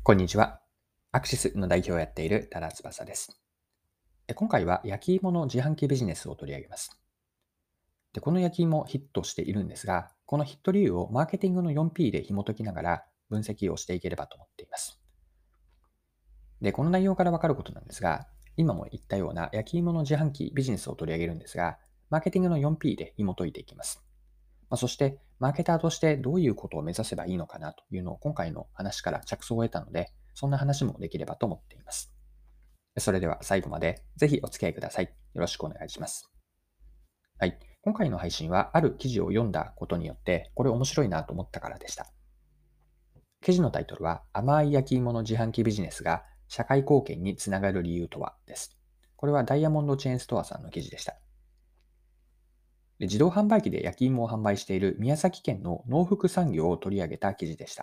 こんにちは。アクシスの代表をやっている多田翼です。今回は焼き芋の自販機ビジネスを取り上げます。この焼き芋ヒットしているんですが、このヒット理由をマーケティングの 4P で紐解きながら分析をしていければと思っています。この内容からわかることなんですが、今も言ったような焼き芋の自販機ビジネスを取り上げるんですが、マーケティングの 4P で紐解いていきます。そして、マーケターとしてどういうことを目指せばいいのかなというのを今回の話から着想を得たので、そんな話もできればと思っています。それでは最後までぜひお付き合いください。よろしくお願いします。はい。今回の配信はある記事を読んだことによって、これ面白いなと思ったからでした。記事のタイトルは、甘い焼き芋の自販機ビジネスが社会貢献につながる理由とはです。これはダイヤモンドチェーンストアさんの記事でした。自動販売機で焼き芋を販売している宮崎県の農福産業を取り上げた記事でした。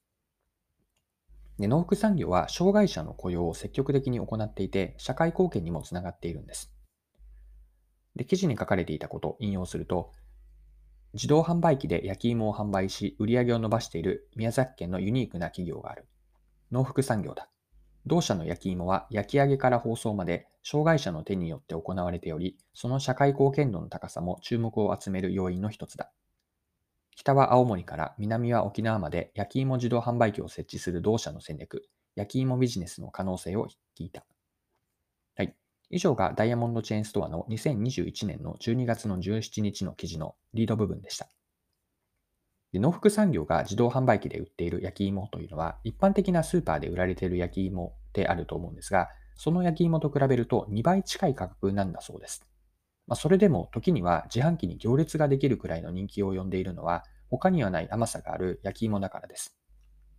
農福産業は障害者の雇用を積極的に行っていて、社会貢献にもつながっているんです。記事に書かれていたことを引用すると、自動販売機で焼き芋を販売し、売り上げを伸ばしている宮崎県のユニークな企業がある。農福産業だ。同社の焼き芋は焼き上げから包装まで障害者の手によって行われており、その社会貢献度の高さも注目を集める要因の一つだ。北は青森から南は沖縄まで焼き芋自動販売機を設置する同社の戦略、焼き芋ビジネスの可能性を聞いた。はい。以上がダイヤモンドチェーンストアの2021年の12月の17日の記事のリード部分でした。農福産業が自動販売機で売っている焼き芋というのは、一般的なスーパーで売られている焼き芋であると思うんですが、その焼き芋と比べると2倍近い価格なんだそうです。それでも時には自販機に行列ができるくらいの人気を呼んでいるのは、他にはない甘さがある焼き芋だからです。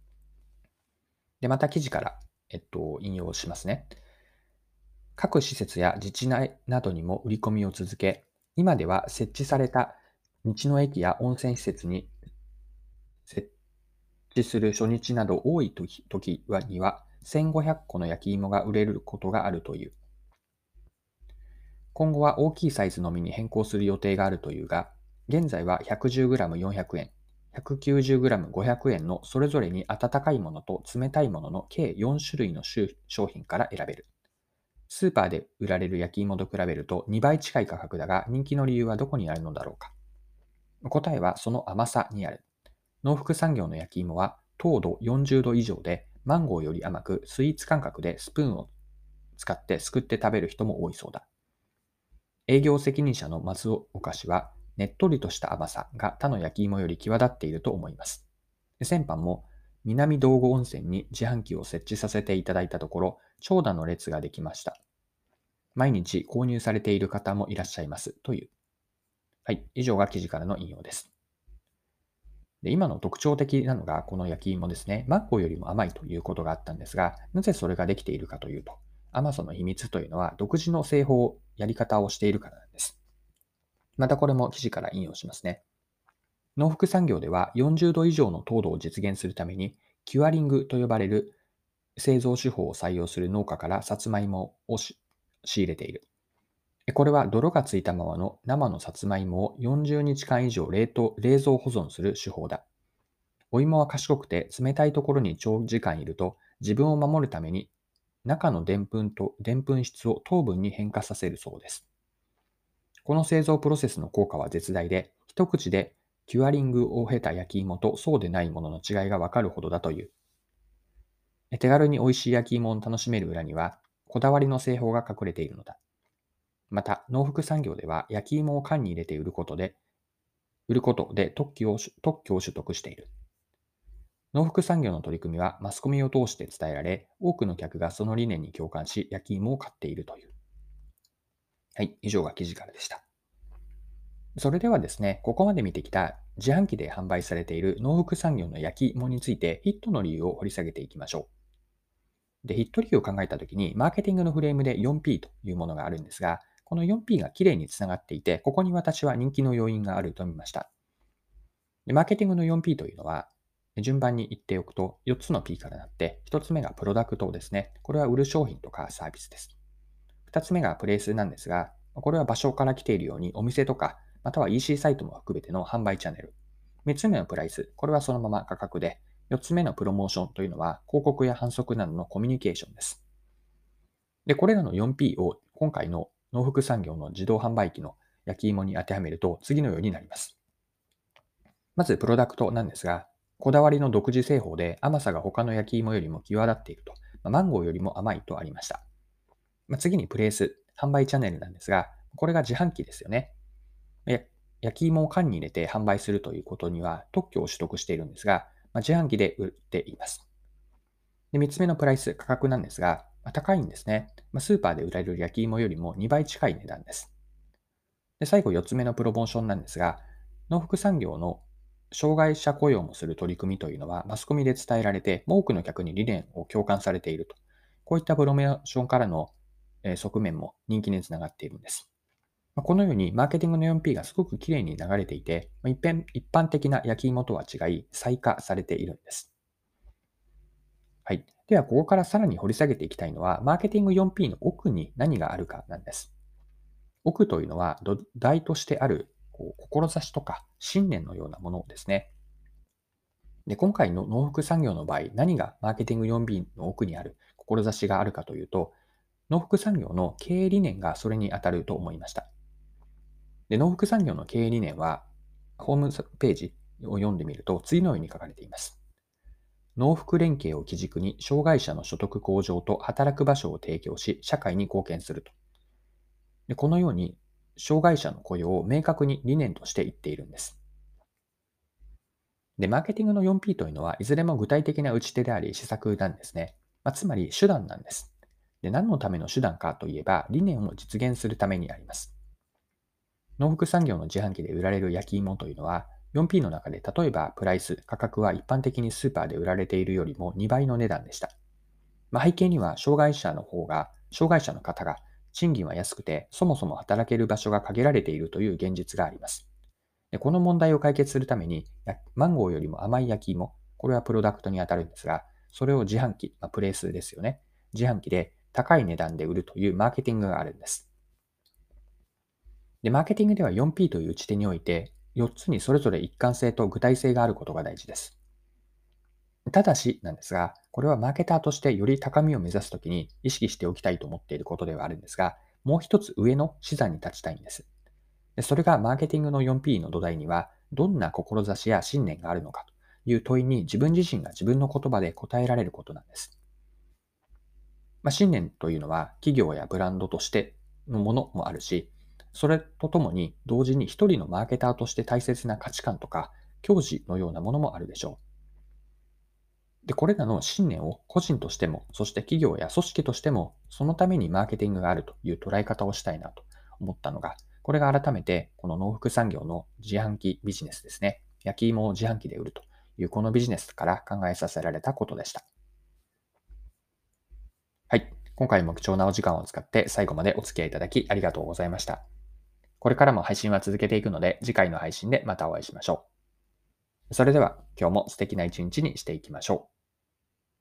また記事から、引用しますね。各施設や自治体などにも売り込みを続け、今では設置された道の駅や温泉施設に設置する初日など多い時には1500個の焼き芋が売れることがあるという。今後は大きいサイズのみに変更する予定があるというが、現在は 110g400 円、190g500 円のそれぞれに温かいものと冷たいものの計4種類の商品から選べる。スーパーで売られる焼き芋と比べると2倍近い価格だが、人気の理由はどこにあるのだろうか。答えはその甘さにある。農福産業の焼き芋は糖度40度以上で、マンゴーより甘く、スイーツ感覚でスプーンを使ってすくって食べる人も多いそうだ。営業責任者の松岡氏は、ねっとりとした甘さが他の焼き芋より際立っていると思います。先般も南道後温泉に自販機を設置させていただいたところ、長蛇の列ができました。毎日購入されている方もいらっしゃいますという。はい、以上が記事からの引用です。今の特徴的なのがこの焼き芋ですね。マンゴーよりも甘いということがあったんですが、なぜそれができているかというと、甘さの秘密というのは独自の製法、やり方をしているからなんです。またこれも記事から引用しますね。農福産業では40度以上の糖度を実現するために、キュアリングと呼ばれる製造手法を採用する農家からさつまいもを仕入れている。これは泥がついたままの生のさつまいもを40日間以上冷蔵保存する手法だ。お芋は賢くて冷たいところに長時間いると自分を守るために中のでんぷん質を糖分に変化させるそうです。この製造プロセスの効果は絶大で、一口でキュアリングを経た焼き芋とそうでないものの違いがわかるほどだという。手軽に美味しい焼き芋を楽しめる裏には、こだわりの製法が隠れているのだ。また、農福産業では焼き芋を缶に入れて売ることで特許を取得している。農福産業の取り組みはマスコミを通して伝えられ、多くの客がその理念に共感し、焼き芋を買っているという。はい、以上が記事からでした。それではですね、ここまで見てきた自販機で販売されている農福産業の焼き芋についてヒットの理由を掘り下げていきましょう。ヒット理由を考えたときに、マーケティングのフレームで 4P というものがあるんですが、この 4P がきれいにつながっていて、ここに私は人気の要因があると見ました。マーケティングの 4P というのは、順番に言っておくと4つの P からなって、1つ目がプロダクトですね。これは売る商品とかサービスです。2つ目がプレイスなんですが、これは場所から来ているようにお店とか、または EC サイトも含めての販売チャンネル。3つ目のプライス。これはそのまま価格で、 4つ目のプロモーションというのは、広告や販促などのコミュニケーションです。で、これらの 4P を今回の農福産業の自動販売機の焼き芋に当てはめると次のようになります。まず、プロダクトなんですが、こだわりの独自製法で甘さが他の焼き芋よりも際立っていると。マンゴーよりも甘いとありました。次にプレース、販売チャンネルなんですが、これが自販機ですよね。や焼き芋を缶に入れて販売するということには特許を取得しているんですが、自販機で売っています。で、3つ目のプライス、価格なんですが、高いんですね。スーパーで売られる焼き芋よりも2倍近い値段です。で、最後4つ目のプロモーションなんですが、農福産業の障害者雇用もする取り組みというのはマスコミで伝えられて、多くの客に理念を共感されていると。こういったプロモーションからの側面も人気につながっているんです。このようにマーケティングの 4P がすごくきれいに流れていて、一般的な焼き芋とは違い、細化されているんです。はい。では、ここからさらに掘り下げていきたいのは、マーケティング 4P の奥に何があるかなんです。奥というのは土台としてある志とか信念のようなものですね。で、今回の農福産業の場合、何がマーケティング 4B の奥にある志があるかというと、農福産業の経営理念がそれに当たると思いました。で、農福産業の経営理念は、ホームページを読んでみると、次のように書かれています。農福連携を基軸に、障害者の所得向上と働く場所を提供し、社会に貢献すると。で、このように、障害者の雇用を明確に理念として言っているんです。で、マーケティングの 4P というのは、いずれも具体的な打ち手であり、施策なんですね。つまり、手段なんです。で、何のための手段かといえば、理念を実現するためにあります。農福産業の自販機で売られる焼き芋というのは、4P の中で例えばプライス、価格は一般的にスーパーで売られているよりも2倍の値段でした。背景には障害者の方が賃金は安くて、そもそも働ける場所が限られているという現実があります。で、この問題を解決するために、マンゴーよりも甘い焼き芋、これはプロダクトに当たるんですが、それを自販機、プレースですよね。自販機で高い値段で売るというマーケティングがあるんです。で、マーケティングでは 4P という打ち手において、4つにそれぞれ一貫性と具体性があることが大事です。ただし、なんですが、これはマーケターとしてより高みを目指すときに意識しておきたいと思っていることではあるんですが、もう一つ上の視座に立ちたいんです。で、それがマーケティングの 4P の土台には、どんな志や信念があるのかという問いに自分自身が自分の言葉で答えられることなんです。信念というのは企業やブランドとしてのものもあるし、それとともに同時に一人のマーケターとして大切な価値観とか、教示のようなものもあるでしょう。で、これらの信念を個人としても、そして企業や組織としても、そのためにマーケティングがあるという捉え方をしたいなと思ったのが、これが改めてこの農福産業の自販機ビジネスですね。焼き芋を自販機で売るというこのビジネスから考えさせられたことでした。はい。今回も貴重なお時間を使って最後までお付き合いいただきありがとうございました。これからも配信は続けていくので、次回の配信でまたお会いしましょう。それでは今日も素敵な一日にしていきましょう。